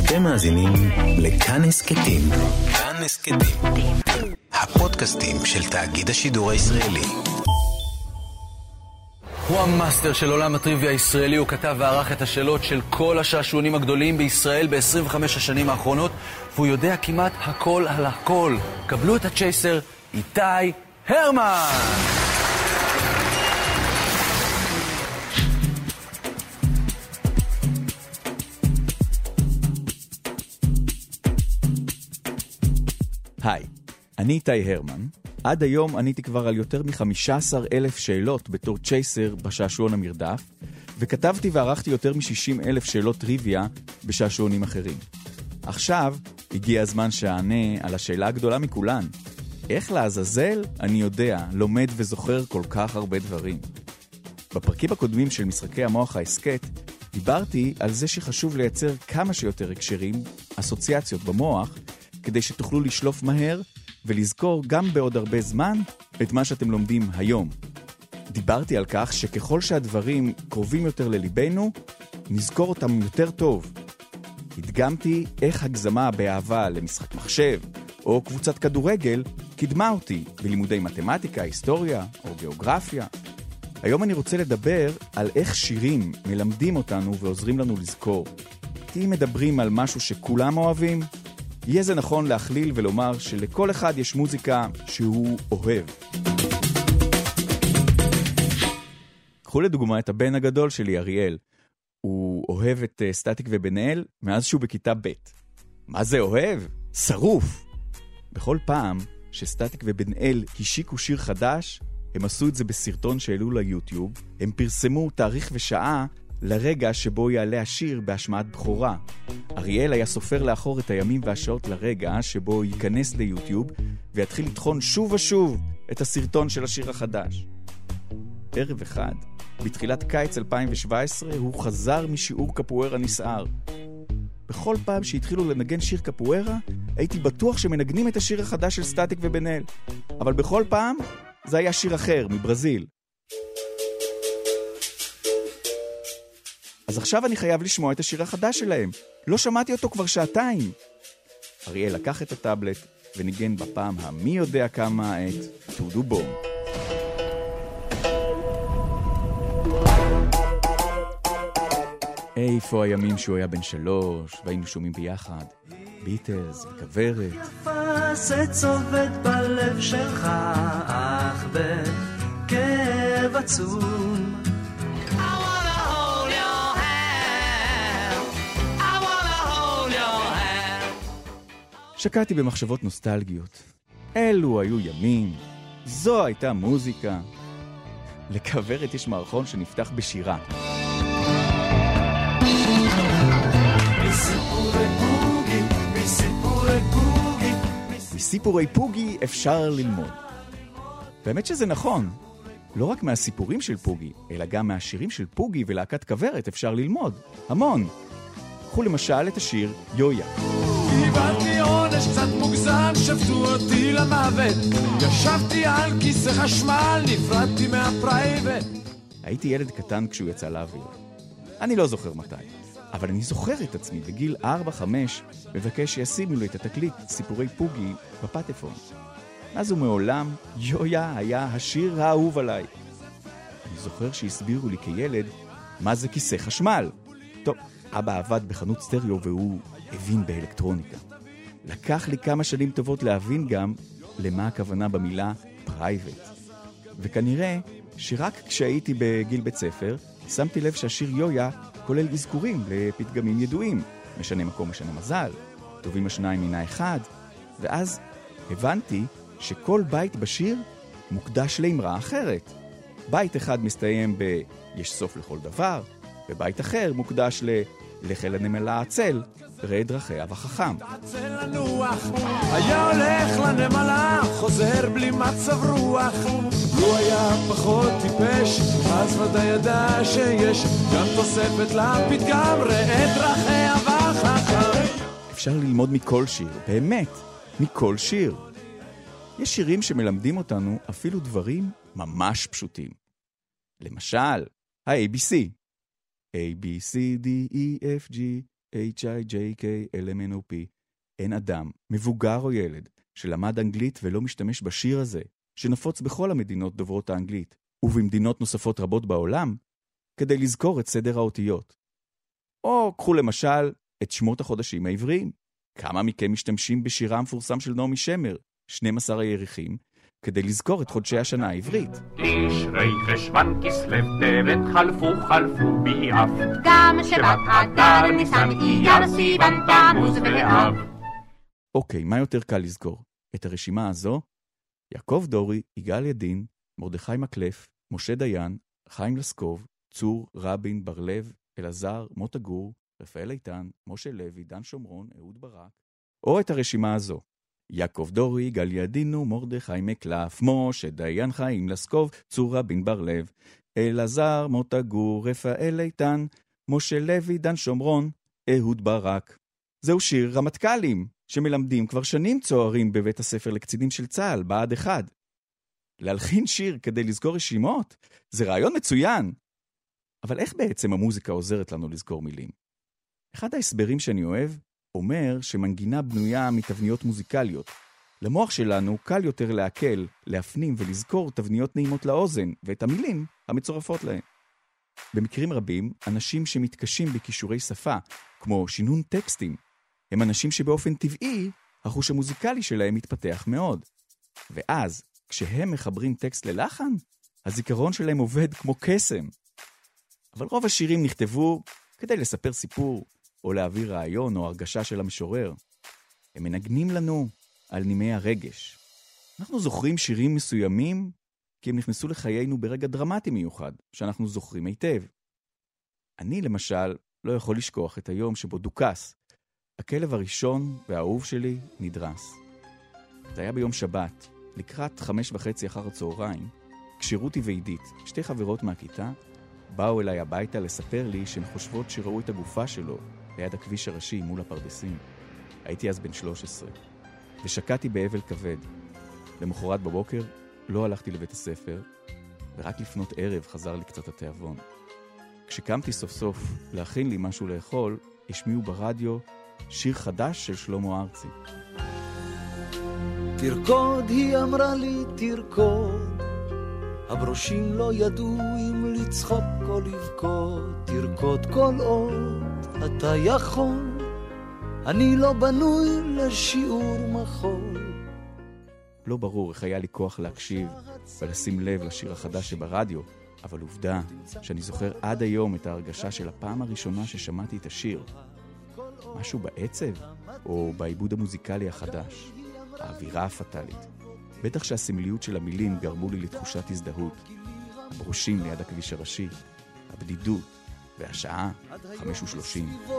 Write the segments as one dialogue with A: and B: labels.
A: אתם מאזינים לכאן הסקטים. כאן הסקטים, הפודקאסטים של תאגיד השידור הישראלי.
B: הוא המאסטר של עולם הטריוויה הישראלי, הוא כתב וערך את השאלות של כל השעשועונים הגדולים בישראל ב-25 השנים האחרונות, והוא יודע כמעט הכל על הכל. קבלו את הצ'ייסר, איתי הרמן!
C: היי, אני איתי הרמן. עד היום עניתי כבר על יותר מ-15,000 שאלות בתור צ'ייסר בשעשועון המרדף, וכתבתי וערכתי יותר מ-60,000 שאלות טריוויה בשעשועונים אחרים. עכשיו הגיע הזמן שענה על השאלה הגדולה מכולן. איך לעזאזל אני יודע, לומד וזוכר כל כך הרבה דברים? בפרקים הקודמים של משחקי המוח ההסקט, דיברתי על זה שחשוב לייצר כמה שיותר הקשרים, אסוציאציות במוח, כדי שתוכלו לשלוף מהר ולזכור גם בעוד הרבה זמן את מה שאתם לומדים היום. דיברתי על כך שככל שהדברים קרובים יותר לליבנו, נזכור אותם יותר טוב. הדגמתי איך הגזמה באהבה למשחק מחשב או קבוצת כדורגל קידמה אותי בלימודי מתמטיקה, היסטוריה או גיאוגרפיה. היום אני רוצה לדבר על איך שירים מלמדים אותנו ועוזרים לנו לזכור. כי אם מדברים על משהו שכולם אוהבים, יהיה זה נכון להכליל ולומר שלכל אחד יש מוזיקה שהוא אוהב. קחו לדוגמה את הבן הגדול שלי, אריאל. הוא אוהב את סטטיק ובן אל מאז שהוא בכיתה ב'. מה זה אוהב? שרוף! בכל פעם שסטטיק ובן אל השיקו שיר חדש, הם עשו את זה בסרטון שהעלו ליוטיוב, הם פרסמו תאריך ושעה לרגע שבו יעלה השיר בהשמעת בכורה. אריאל היה סופר לאחור את הימים והשעות לרגע שבו ייכנס ליוטיוב ויתחיל לטחון שוב ושוב את הסרטון של השיר החדש. ערב אחד, בתחילת קיץ 2017, הוא חזר משיעור קפוארה נסער. בכל פעם שהתחילו לנגן שיר קפוארה, הייתי בטוח שמנגנים את השיר החדש של סטטיק ובן אל. אבל בכל פעם זה היה שיר אחר, מברזיל. אז עכשיו אני חייב לשמוע את השיר החדש שלהם. לא שמעתי אותו כבר שעתיים. אריאל לקח את הטאבלט וניגן בפעם המי יודע כמה את טודו בום. איפה הימים שהוא היה בן 3 והיינו שומעים ביחד ביטלס וכוורת.
D: יפה זה צובט בלב שלך, אך בכאב עצום.
C: שקעתי במחשבות נוסטלגיות. אלו היו ימים, זו הייתה מוזיקה. לכוורת יש מערכון שנפתח בשירה. מסיפורי פוגי אפשר ללמוד. באמת שזה נכון. לא רק מהסיפורים של פוגי, אלא גם מהשירים של פוגי ולהקת כוורת אפשר ללמוד. המון. קחו למשל את השיר יויה.
E: קיבלתי עונש קצת מוגזם, שפטו אותי למוות. ישבתי על כיסא חשמל, נפרדתי מהפרייבט.
C: הייתי ילד קטן כשהוא יצא לאוויר. אני לא זוכר מתי, אבל אני זוכר את עצמי בגיל 4-5 מבקש שישימו לי את התקליט סיפורי פוגי בפטפון. אז ומעולם יויה היה השיר האהוב עליי. אני זוכר שהסבירו לי כילד מה זה כיסא חשמל. טוב, אבא עבד בחנות סטריאו והוא הבין באלקטרוניקה. לקח לי כמה שנים טובות להבין גם למה הכוונה במילה פרייבט. וכנראה שרק כשהייתי בגיל בית ספר, שמתי לב שהשיר יויה כולל אזכורים לפתגמים ידועים. משנה מקום, משנה מזל, טובים השניים מן האחד. ואז הבנתי שכל בית בשיר מוקדש לאמרה אחרת. בית אחד מסתיים יש סוף לכל דבר, ובית אחר מוקדש לך אל הנמלה העצל, ראה דרכי אב החכם.
E: עצל לנוח, היה הולך לנמלה, חוזר בלי מצב רוח. הוא היה פחות טיפש, אז ודאי ידע שיש גם תוספת לפתגם, ראה דרכי אב החכם.
C: אפשר ללמוד מכל שיר, באמת, מכל שיר. יש שירים שמלמדים אותנו אפילו דברים ממש פשוטים. למשל, ה-ABC. A, B, C, D, E, F, G, H-I-J-K-L-M-N-O-P. אין אדם, מבוגר או ילד, שלמד אנגלית ולא משתמש בשיר הזה, שנפוץ בכל המדינות דוברות האנגלית, ובמדינות נוספות רבות בעולם, כדי לזכור את סדר האותיות. או קחו למשל את שמות החודשים העבריים. כמה מכם משתמשים בשירה המפורסם של נעמי שמר, 12 הירחים, כדי לזכור את חודשי השנה העברית.
F: תשרי חשוון כסלו טבת חלפו ביעף.
G: גם שבת אדר ניסן אייר סיוון תמוז ואב.
C: אוקיי, מה יותר קל לזכור? את הרשימה הזו? יעקב דורי, יגאל ידין, מרדכי מקלף, משה דיין, חיים לסקוב, צור, רבין, בר לב, אלעזר, מוטה גור, רפאל איתן, משה לוי, דן שומרון, אהוד ברק. או את הרשימה הזו. יעקב דורי, גל ידינו, מרדכי מקלף, משה דיין, חיים לסקוב, צור, רבין, בר לב, אלעזר, מוטה גור, רפאל איתן, משה לוי, דן שומרון, אהוד ברק. זהו שיר רמטכ"לים, שמלמדים כבר שנים צוערים בבית הספר לקצינים של צה"ל, בה"ד 1. להלחין שיר כדי לזכור רשימות, זה רעיון מצוין. אבל איך בעצם המוזיקה עוזרת לנו לזכור מילים? אחד ההסברים שאני אוהב אומר שמנגינה בנויה מתבניות מוזיקליות. למוח שלנו קל יותר להקל, להפנים ולזכור תבניות נעימות לאוזן ואת המילים המצורפות להן. במקרים רבים, אנשים שמתקשים בכישורי שפה, כמו שינון טקסטים, הם אנשים שבאופן טבעי, החוש המוזיקלי שלהם מתפתח מאוד. ואז, כשהם מחברים טקסט ללחן, הזיכרון שלהם עובד כמו קסם. אבל רוב השירים נכתבו כדי לספר סיפור, או להעביר רעיון או הרגשה של המשורר. הם מנגנים לנו על נימי הרגש. אנחנו זוכרים שירים מסוימים, כי הם נכנסו לחיינו ברגע דרמטי מיוחד, שאנחנו זוכרים היטב. אני, למשל, לא יכול לשכוח את היום שבו דוקס, הכלב הראשון והאהוב שלי, נדרס. זה היה ביום שבת, לקראת 5:30 אחר הצהריים, כשרותי ועידית, שתי חברות מהכיתה, באו אליי הביתה לספר לי שהן חושבות שראו את הגופה שלו ליד הכביש הראשי מול הפרדסים. הייתי אז בן 13, ושקעתי באבל כבד. למחרת בבוקר לא הלכתי לבית הספר, ורק לפנות ערב חזר לי קצת התיאבון. כשקמתי סוף סוף להכין לי משהו לאכול, השמיעו ברדיו שיר חדש של שלמה ארצי.
H: תרקוד, היא אמרה לי תרקוד, הברושים לא ידעו אם לצחוק או לבכות. תרקוד כל עוד אתה יכול, אני לא בנוי לשיעור מחול.
C: לא ברור איך היה לי כוח להקשיב ולשים לב לשיר החדש שברדיו, אבל עובדה שאני זוכר עד היום את ההרגשה של הפעם הראשונה ששמעתי את השיר. משהו בעצב או בעיבוד המוזיקלי החדש, האווירה הפטלית. בטח שהסמליות של המילים גרמו לי לתחושת הזדהות. הברושים ליד הכביש הראשי, הבדידות והשעה 5:30.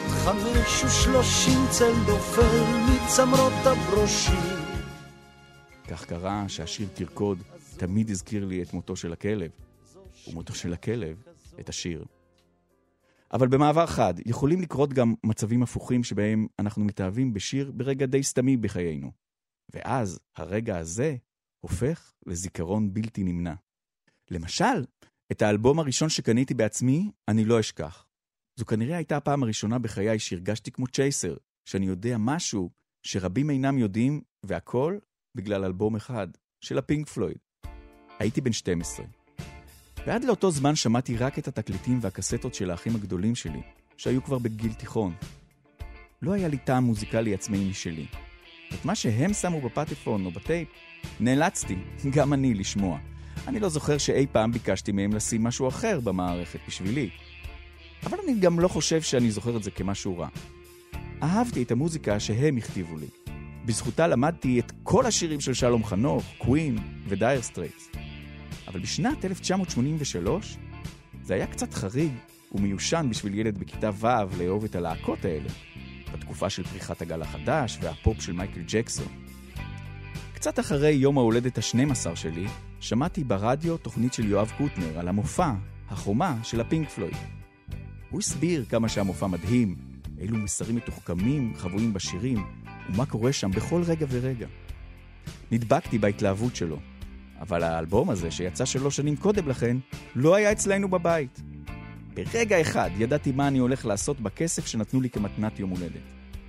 H: 5:30 צל נופל מצמרות הברושים.
C: כך קרה שהשיר תרקוד תמיד הזכיר לי את מותו של הכלב, ומותו של הכלב את השיר. אבל במעבר חד יכולים לקרות גם מצבים הפוכים שבהם אנחנו מתאהבים בשיר ברגע די סתמי בחיינו. ואז הרגע הזה הופך לזיכרון בלתי נמנע. למשל, את האלבום הראשון שקניתי בעצמי אני לא אשכח. זו כנראה הייתה הפעם הראשונה בחיי שהרגשתי כמו צ'ייסר, שאני יודע משהו שרבים אינם יודעים, והכל בגלל אלבום אחד, של הפינק פלויד. הייתי בן 12. ועד לאותו זמן שמעתי רק את התקליטים והקסטות של האחים הגדולים שלי, שהיו כבר בגיל תיכון. לא היה לי טעם מוזיקלי עצמאי משלי. את מה שהם שמו בפטפון או בטייפ, נאלצתי, גם אני, לשמוע. אני לא זוכר שאי פעם ביקשתי מהם לשים משהו אחר במערכת בשבילי. אבל אני גם לא חושב שאני זוכר את זה כמשהו רע. אהבתי את המוזיקה שהם הכתיבו לי. בזכותה למדתי את כל השירים של שלום חנוך, קווין ודייר סטרייטס. אבל בשנת 1983 זה היה קצת חריג ומיושן בשביל ילד בכיתה ו' לאהוב את הלהקות האלה, בתקופה של פריחת הגל החדש והפופ של מייקל ג'קסון. קצת אחרי יום ההולדת ה-12 שלי, שמעתי ברדיו תוכנית של יואב קוטנר על המופע, החומה של הפינק פלויד. הוא הסביר כמה שהמופע מדהים, אילו מסרים מתוחכמים חבויים בשירים, ומה קורה שם בכל רגע ורגע. נדבקתי בהתלהבות שלו, אבל האלבום הזה שיצא 3 שנים קודם לכן, לא היה אצלנו בבית. ברגע אחד ידעתי מה אני הולך לעשות בכסף שנתנו לי כמתנת יום הולדת.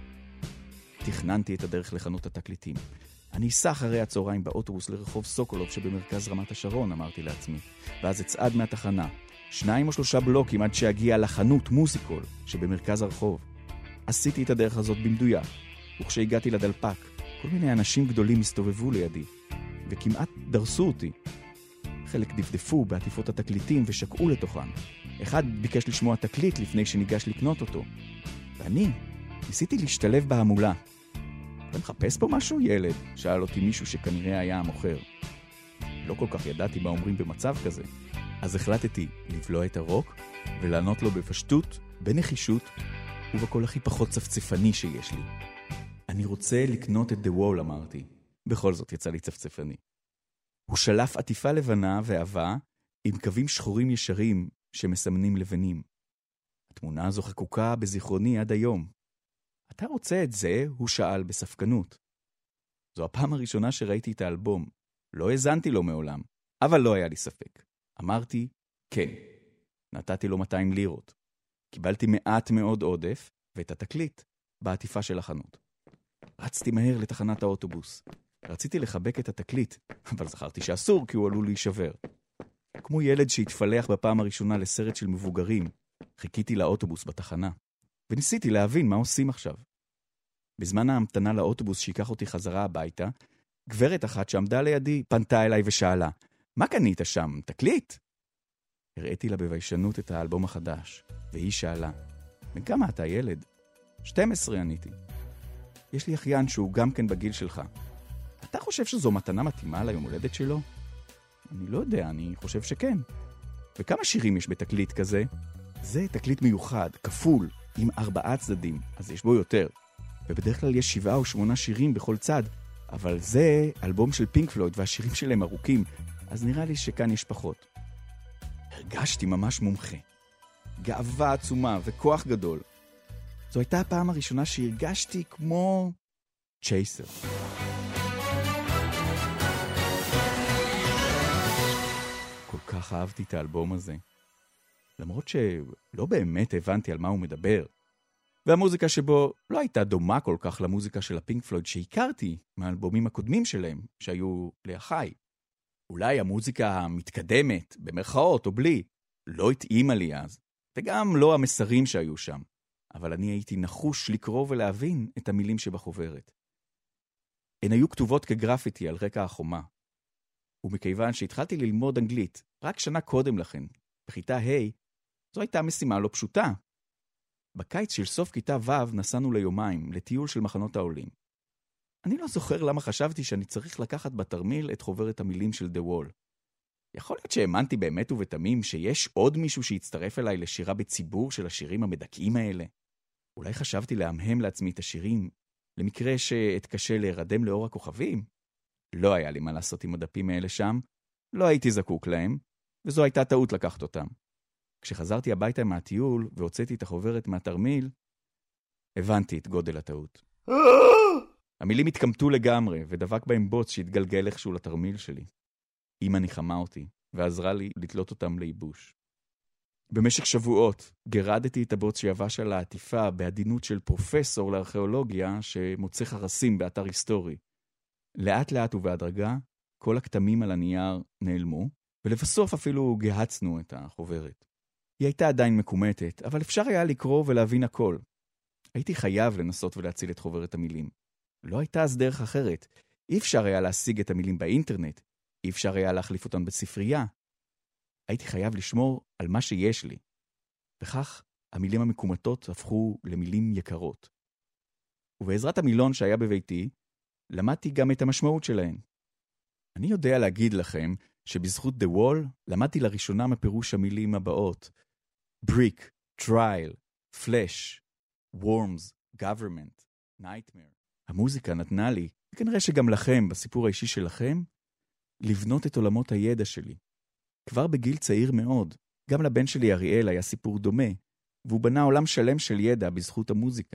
C: תכננתי את הדרך לחנות התקליטים. אני אסע אחרי הצהריים באוטובוס לרחוב סוקולוב שבמרכז רמת השרון, אמרתי לעצמי. ואז אצעד מהתחנה, 2 או 3 בלוקים עד שהגיע לחנות מוזיקול שבמרכז הרחוב. עשיתי את הדרך הזאת במדויק, וכשהגעתי לדלפק, כל מיני אנשים גדולים הסתובבו לידי, וכמעט דרסו אותי. חלק דפדפו בעטיפות התקליטים ושקעו לתוכן. אחד ביקש לשמוע תקליט לפני שניגש לקנות אותו. ואני ניסיתי להשתלב בהמולה. אתה מחפש פה משהו, ילד? שאל אותי מישהו שכנראה היה המוכר. לא כל כך ידעתי מה אומרים במצב כזה. אז החלטתי לבלוע את הרוק ולענות לו בפשטות, בנחישות, ובקול הכי פחות צפצפני שיש לי. אני רוצה לקנות את The Wall, אמרתי. בכל זאת יצא לי צפצפני. הוא שלף עטיפה לבנה ועבה עם קווים שחורים ישרים שמסמנים לבנים. התמונה הזו חקוקה בזיכרוני עד היום. אתה רוצה את זה? הוא שאל בספקנות. זו הפעם הראשונה שראיתי את האלבום. לא הזנתי לו מעולם, אבל לא היה לי ספק. אמרתי, כן. נתתי לו 200 לירות. קיבלתי מעט מאוד עודף ואת התקליט בעטיפה של החנות. רצתי מהר לתחנת האוטובוס. רציתי לחבק את התקליט, אבל זכרתי שאסור כי הוא עלול להישבר. כמו ילד שהתפלח בפעם הראשונה לסרט של מבוגרים, חיכיתי לאוטובוס בתחנה, וניסיתי להבין מה עושים עכשיו. בזמן ההמתנה לאוטובוס שיקח אותי חזרה הביתה, גברת אחת שעמדה לידי פנתה אליי ושאלה, מה קנית שם? תקליט? הראיתי לה בביישנות את האלבום החדש, והיא שאלה, וכמה אתה ילד? 12 עניתי. יש לי אחיין שהוא גם כן בגיל שלך. אתה חושב שזו מתנה מתאימה ליום הולדת שלו? אני לא יודע, אני חושב שכן. וכמה שירים יש בתקליט כזה? זה תקליט מיוחד, כפול, עם 4 צדדים, אז יש בו יותר. ובדרך כלל יש 7 או 8 שירים בכל צד, אבל זה אלבום של פינק פלויד והשירים שלהם ארוכים, אז נראה לי שכאן יש פחות. הרגשתי ממש מומחה. גאווה עצומה וכוח גדול. זו הייתה הפעם הראשונה שהרגשתי כמו צ'ייסר. כל כך אהבתי את האלבום הזה. למרות שלא באמת הבנתי על מה הוא מדבר. והמוזיקה שבו לא הייתה דומה כל כך למוזיקה של הפינק פלויד שהכרתי מהאלבומים הקודמים שלהם, שהיו לאחי. אולי המוזיקה המתקדמת, במרכאות או בלי, לא התאימה לי אז, וגם לא המסרים שהיו שם. אבל אני הייתי נחוש לקרוא ולהבין את המילים שבחוברת. הן היו כתובות כגרפיטי על רקע החומה. ומכיוון שהתחלתי ללמוד אנגלית רק שנה קודם לכן, בכיתה ה', זו הייתה משימה לא פשוטה. בקיץ של סוף כיתה ו' נסענו ליומיים לטיול של מחנות העולים. אני לא זוכר למה חשבתי שאני צריך לקחת בתרמיל את חוברת המילים של The Wall. יכול להיות שהאמנתי באמת ובתמים שיש עוד מישהו שיצטרף אליי לשירה בציבור של השירים המדכאים האלה. אולי חשבתי להמהם לעצמי את השירים, למקרה שאתקשה להירדם לאור הכוכבים. לא היה לי מה לעשות עם הדפים האלה שם, לא הייתי זקוק להם, וזו הייתה טעות לקחת אותם. כשחזרתי הביתה מהטיול והוצאתי את החוברת מהתרמיל, הבנתי את גודל הטעות. המילים התקמטו לגמרי, ודבק בהם בוץ שהתגלגל איכשהו לתרמיל שלי. אמא ניחמה אותי, ועזרה לי לתלות אותם לייבוש. במשך שבועות גרדתי את הבוץ שיבש על העטיפה בעדינות של פרופסור לארכיאולוגיה שמוצא חרסים באתר היסטורי. לאט לאט ובהדרגה, כל הכתמים על הנייר נעלמו, ולבסוף אפילו גהצנו את החוברת. היא הייתה עדיין מקומטת, אבל אפשר היה לקרוא ולהבין הכל. הייתי חייב לנסות ולהציל את חוברת המילים. לא הייתה אז דרך אחרת. אי אפשר היה להשיג את המילים באינטרנט. אי אפשר היה להחליף אותן בספרייה. הייתי חייב לשמור על מה שיש לי. וכך המילים המקומטות הפכו למילים יקרות. ובעזרת המילון שהיה בביתי, למדתי גם את המשמעות שלהן. אני יודע להגיד לכם שבזכות The Wall למדתי לראשונה מפירוש המילים הבאות: brick, trial, flesh, worms, government, nightmare. המוזיקה נתנה לי, וכנראה שגם לכם, בסיפור האישי שלכם, לבנות את עולמות הידע שלי. כבר בגיל צעיר מאוד, גם לבן שלי אריאל היה סיפור דומה, והוא בנה עולם שלם של ידע בזכות המוזיקה.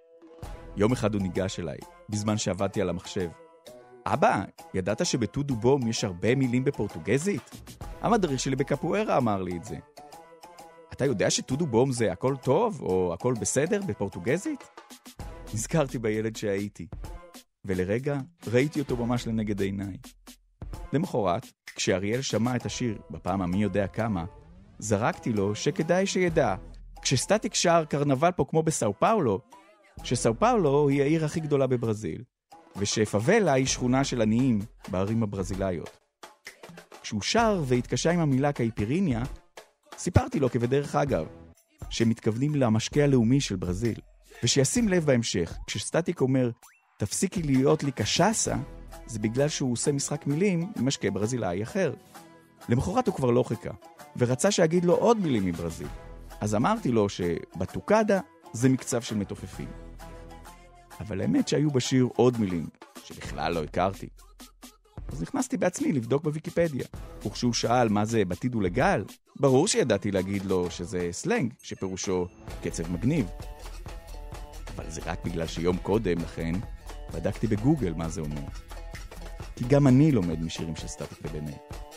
C: יום אחד הוא ניגש אליי, בזמן שעבדתי על המחשב. אבא, ידעת שבטודו בום יש הרבה מילים בפורטוגזית? המדריך שלי בקפוארה אמר לי את זה. אתה יודע שטודו בום זה הכל טוב, או הכל בסדר בפורטוגזית? נזכרתי בילד שהייתי, ולרגע ראיתי אותו ממש לנגד עיניי. למחרת, כשאריאל שמע את השיר בפעם המי יודע כמה, זרקתי לו שכדאי שידע, כשסטטיק שר קרנבל פה כמו בסאו פאולו, שסאו פאולו היא העיר הכי גדולה בברזיל, ושפאבלה היא שכונה של עניים בערים הברזילאיות. כשהוא שר והתקשה עם המילה קייפיריניה, סיפרתי לו כבדרך אגב, שמתכוונים למשקה הלאומי של ברזיל, ושישים לב בהמשך, כשסטטיק אומר, תפסיקי להיות לי קשסה, זה בגלל שהוא עושה משחק מילים עם משקה ברזילאי אחר. למחרת הוא כבר לא חיכה, ורצה שאגיד לו עוד מילים מברזיל. אז אמרתי לו שבטוקדה זה מקצב של מתופפים. אבל האמת שהיו בשיר עוד מילים, שבכלל לא הכרתי. אז נכנסתי בעצמי לבדוק בוויקיפדיה. וכשהוא שאל מה זה בטידו לגל, ברור שידעתי להגיד לו שזה סלנג, שפירושו קצב מגניב. אבל זה רק בגלל שיום קודם לכן בדקתי בגוגל מה זה אומר. כי גם אני לומד משירים של סטטיק ובן-אל.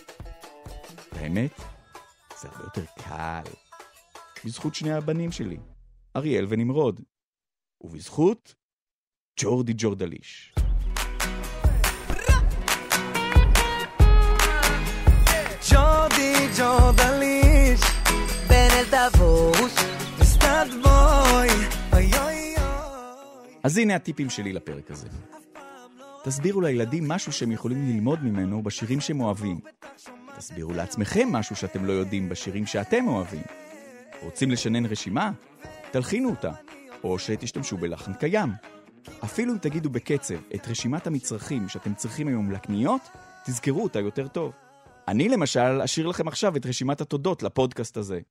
C: האמת, זה הרבה יותר קל. בזכות שני הבנים שלי, אריאל ונמרוד. ובזכות ג'ורדי ג'ורדליש.
H: ג'ורדי ג'ורדליש, בן-אל תבוש, וסטאט בוי, אוי אוי אוי.
C: אז הנה הטיפים שלי לפרק הזה. תסבירו לילדים משהו שהם יכולים ללמוד ממנו בשירים שהם אוהבים. תסבירו לעצמכם משהו שאתם לא יודעים בשירים שאתם אוהבים. רוצים לשנן רשימה? תלחינו אותה, או שתשתמשו בלחן קיים. אפילו אם תגידו בקצב את רשימת המצרכים שאתם צריכים היום לקניות, תזכרו אותה יותר טוב. אני למשל אשאיר לכם עכשיו את רשימת התודות לפודקאסט הזה.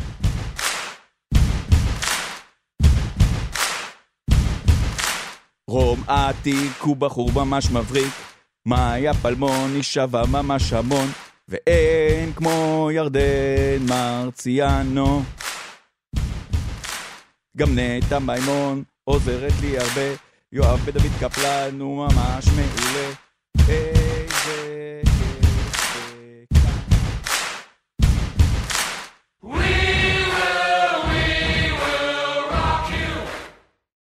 C: רום עתיק הוא בחור ממש מבריק, מאיה פלמון נשאבה ממש המון, ואין כמו ירדן מרציאנו. גם נטע מימון עוזרת לי הרבה, יואב ודוד קפלן הוא ממש מעולה. איזה